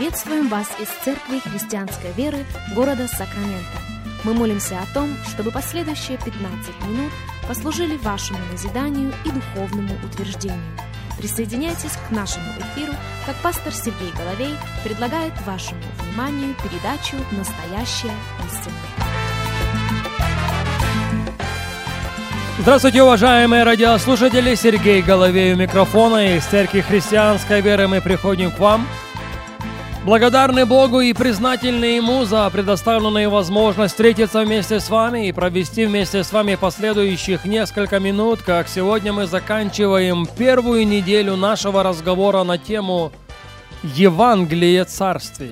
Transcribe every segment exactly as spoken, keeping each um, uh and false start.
Приветствуем вас из Церкви Христианской Веры города Сакраменто. Мы молимся о том, чтобы последующие пятнадцать минут послужили вашему назиданию и духовному утверждению. Присоединяйтесь к нашему эфиру, как пастор Сергей Головей предлагает вашему вниманию передачу «Настоящая истина». Здравствуйте, уважаемые радиослушатели! Сергей Головей у микрофона. Из Церкви Христианской Веры мы приходим к вам, благодарны Богу и признательны Ему за предоставленную возможность встретиться вместе с вами и провести вместе с вами последующих несколько минут, как сегодня мы заканчиваем первую неделю нашего разговора на тему Евангелие Царствия.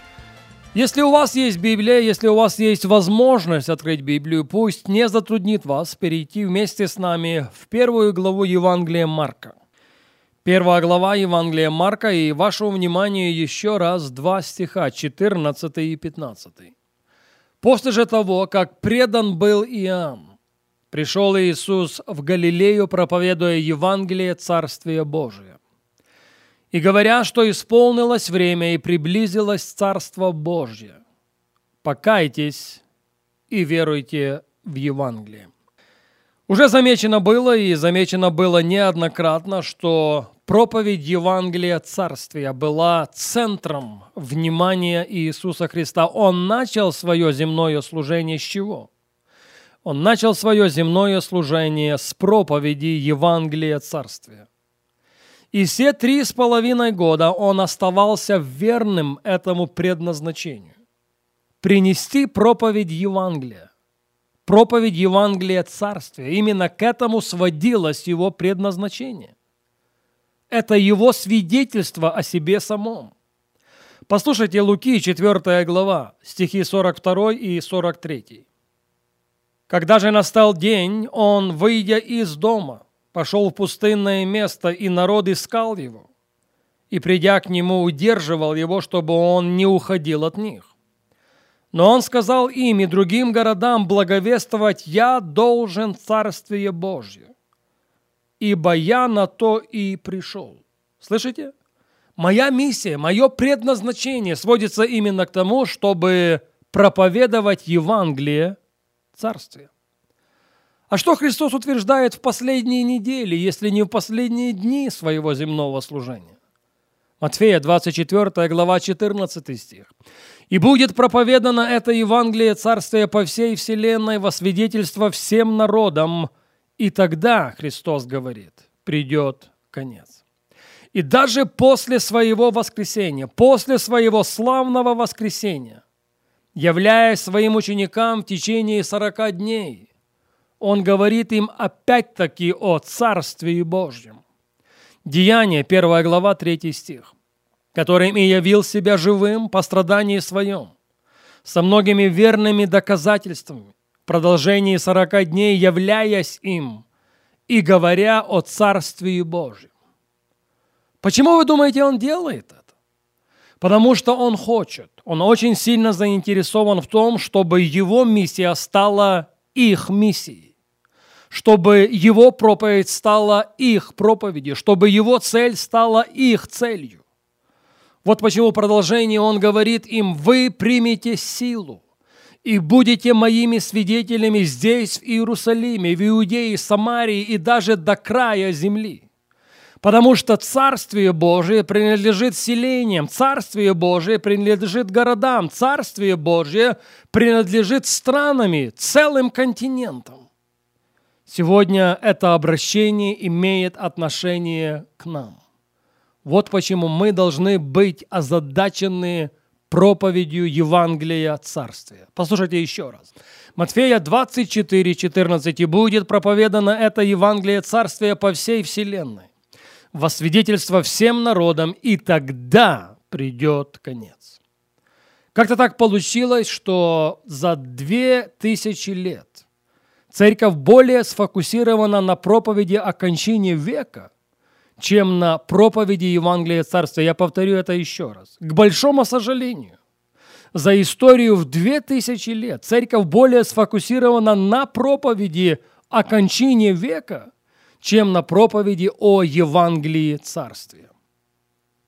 Если у вас есть Библия, если у вас есть возможность открыть Библию, пусть не затруднит вас перейти вместе с нами в первую главу Евангелия Марка. Первая глава Евангелия Марка, и вашему вниманию еще раз два стиха, четырнадцатый и пятнадцатый. «После же того, как предан был Иоанн, пришел Иисус в Галилею, проповедуя Евангелие Царствия Божия, и говоря, что исполнилось время и приблизилось Царство Божье. Покайтесь и веруйте в Евангелие». Уже замечено было, и замечено было неоднократно, что проповедь Евангелия Царствия была центром внимания Иисуса Христа. Он начал свое земное служение с чего? Он начал свое земное служение с проповеди Евангелия Царствия. И все три с половиной года он оставался верным этому предназначению – принести проповедь Евангелия. Проповедь Евангелия Царствия. Именно к этому сводилось его предназначение. Это его свидетельство о себе самом. Послушайте Луки, четвёртая глава, стихи сорок второй и сорок третий. «Когда же настал день, он, выйдя из дома, пошел в пустынное место, и народ искал его, и, придя к нему, удерживал его, чтобы он не уходил от них. Но он сказал им и другим городам благовествовать: «Я должен Царствие Божье, ибо я на то и пришел». Слышите? Моя миссия, мое предназначение сводится именно к тому, чтобы проповедовать Евангелие Царствия. А что Христос утверждает в последние недели, если не в последние дни своего земного служения? Матфея, двадцать четвёртая глава, четырнадцатый стих. «И будет проповедано это Евангелие Царствия по всей вселенной во свидетельство всем народам, и тогда, Христос говорит, придет конец». И даже после своего воскресения, после своего славного воскресения, являясь своим ученикам в течение сорока дней, он говорит им опять-таки о Царствии Божьем. Деяния, первая глава, третий стих. «Которым и явил себя живым по страдании своем, со многими верными доказательствами, в продолжении сорока дней являясь им и говоря о Царствии Божьем». Почему вы думаете, он делает это? Потому что он хочет, он очень сильно заинтересован в том, чтобы его миссия стала их миссией, чтобы его проповедь стала их проповедью, чтобы его цель стала их целью. Вот почему в продолжении он говорит им: «Вы примете силу и будете моими свидетелями здесь, в Иерусалиме, в Иудее, Самарии и даже до края земли». Потому что Царствие Божие принадлежит селениям, Царствие Божие принадлежит городам, Царствие Божие принадлежит странами, целым континентам. Сегодня это обращение имеет отношение к нам. Вот почему мы должны быть озадачены проповедью Евангелия Царствия. Послушайте еще раз. Матфея двадцать четыре, четырнадцать. «И будет проповедано это Евангелие Царствия по всей вселенной, во свидетельство всем народам, и тогда придет конец». Как-то так получилось, что за две тысячи лет церковь более сфокусирована на проповеди о кончине века, чем на проповеди Евангелия Царствия. Я повторю это еще раз. К большому сожалению, за историю в две тысячи лет церковь более сфокусирована на проповеди о кончине века, чем на проповеди о Евангелии Царствия.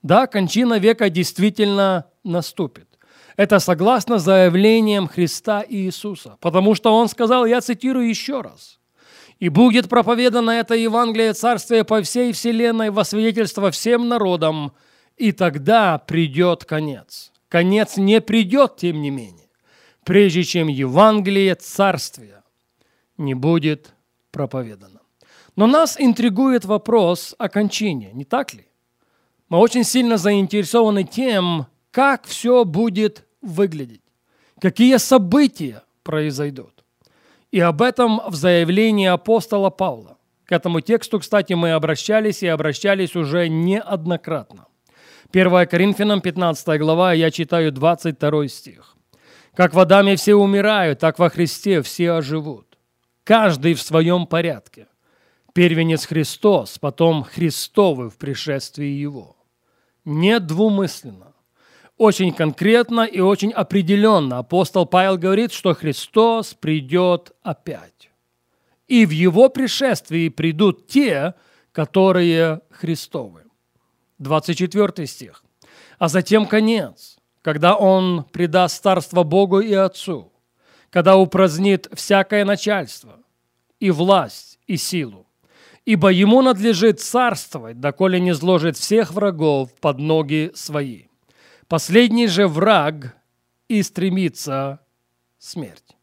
Да, кончина века действительно наступит. Это согласно заявлениям Христа Иисуса, потому что Он сказал, я цитирую еще раз, «И будет проповедано это Евангелие Царствия по всей вселенной во свидетельство всем народам, и тогда придет конец». Конец не придет, тем не менее, прежде чем Евангелие Царствия не будет проповедано. Но нас интригует вопрос о кончине, не так ли? Мы очень сильно заинтересованы тем, как все будет выглядеть, какие события произойдут. И об этом в заявлении апостола Павла. К этому тексту, кстати, мы обращались и обращались уже неоднократно. первое Коринфянам, пятнадцатая глава, я читаю двадцать второй стих. «Как в Адаме все умирают, так во Христе все оживут. Каждый в своем порядке. Первенец Христос, потом Христовы в пришествии Его». Не двумысленно. Очень конкретно и очень определенно апостол Павел говорит, что Христос придет опять. И в Его пришествии придут те, которые Христовы. двадцать четвёртый стих. «А затем конец, когда Он предаст царство Богу и Отцу, когда упразднит всякое начальство, и власть, и силу. Ибо Ему надлежит царствовать, доколе не сложит всех врагов под ноги Свои. Последний же враг и стремится смерть».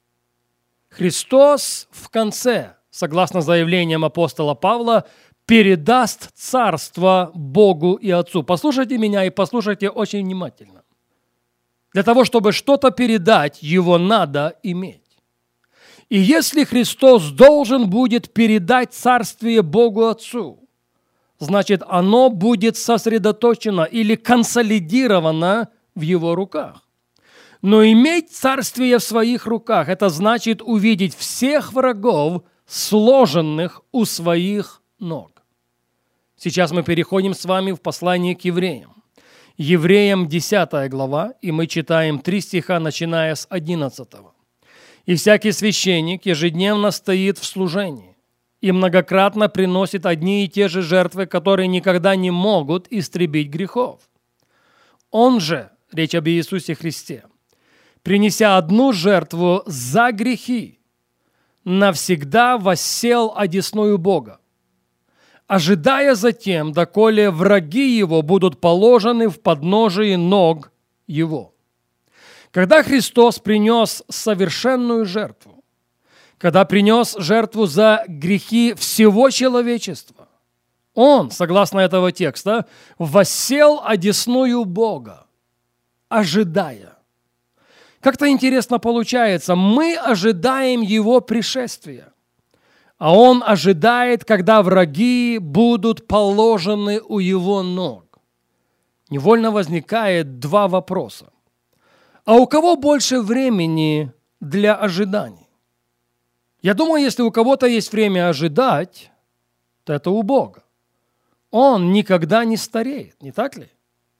Христос в конце, согласно заявлениям апостола Павла, передаст царство Богу и Отцу. Послушайте меня и послушайте очень внимательно. Для того, чтобы что-то передать, его надо иметь. И если Христос должен будет передать царствие Богу Отцу, значит, оно будет сосредоточено или консолидировано в Его руках. Но иметь царствие в своих руках – это значит увидеть всех врагов, сложенных у своих ног. Сейчас мы переходим с вами в послание к евреям. Евреям десятая глава, и мы читаем три стиха, начиная с одиннадцатого. «И всякий священник ежедневно стоит в служении и многократно приносит одни и те же жертвы, которые никогда не могут истребить грехов. Он же, речь об Иисусе Христе, принеся одну жертву за грехи, навсегда воссел одесную Бога, ожидая затем, доколе враги Его будут положены в подножии ног Его». Когда Христос принес совершенную жертву, когда принес жертву за грехи всего человечества, Он, согласно этого текста, воссел одесную Бога, ожидая. Как-то интересно получается, мы ожидаем Его пришествия, а Он ожидает, когда враги будут положены у Его ног. Невольно возникает два вопроса. А у кого больше времени для ожиданий? Я думаю, если у кого-то есть время ожидать, то это у Бога. Он никогда не стареет, не так ли?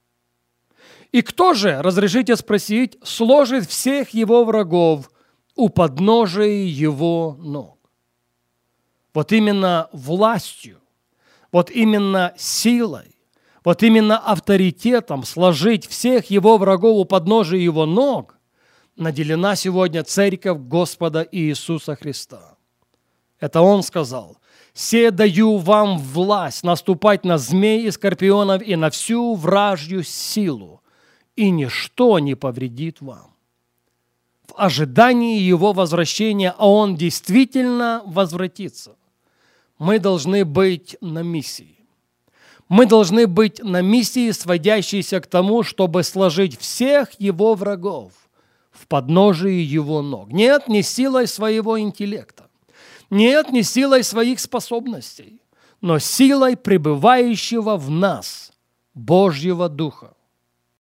И кто же, разрешите спросить, сложит всех Его врагов у подножия Его ног? Вот именно властью, вот именно силой, вот именно авторитетом сложить всех Его врагов у подножия Его ног наделена сегодня Церковь Господа Иисуса Христа. Это Он сказал: «Се даю вам власть наступать на змей и скорпионов и на всю вражью силу, и ничто не повредит вам». В ожидании Его возвращения, а Он действительно возвратится, мы должны быть на миссии. Мы должны быть на миссии, сводящейся к тому, чтобы сложить всех Его врагов в подножии Его ног. Нет, не силой своего интеллекта. Нет, не силой своих способностей, но силой пребывающего в нас Божьего Духа.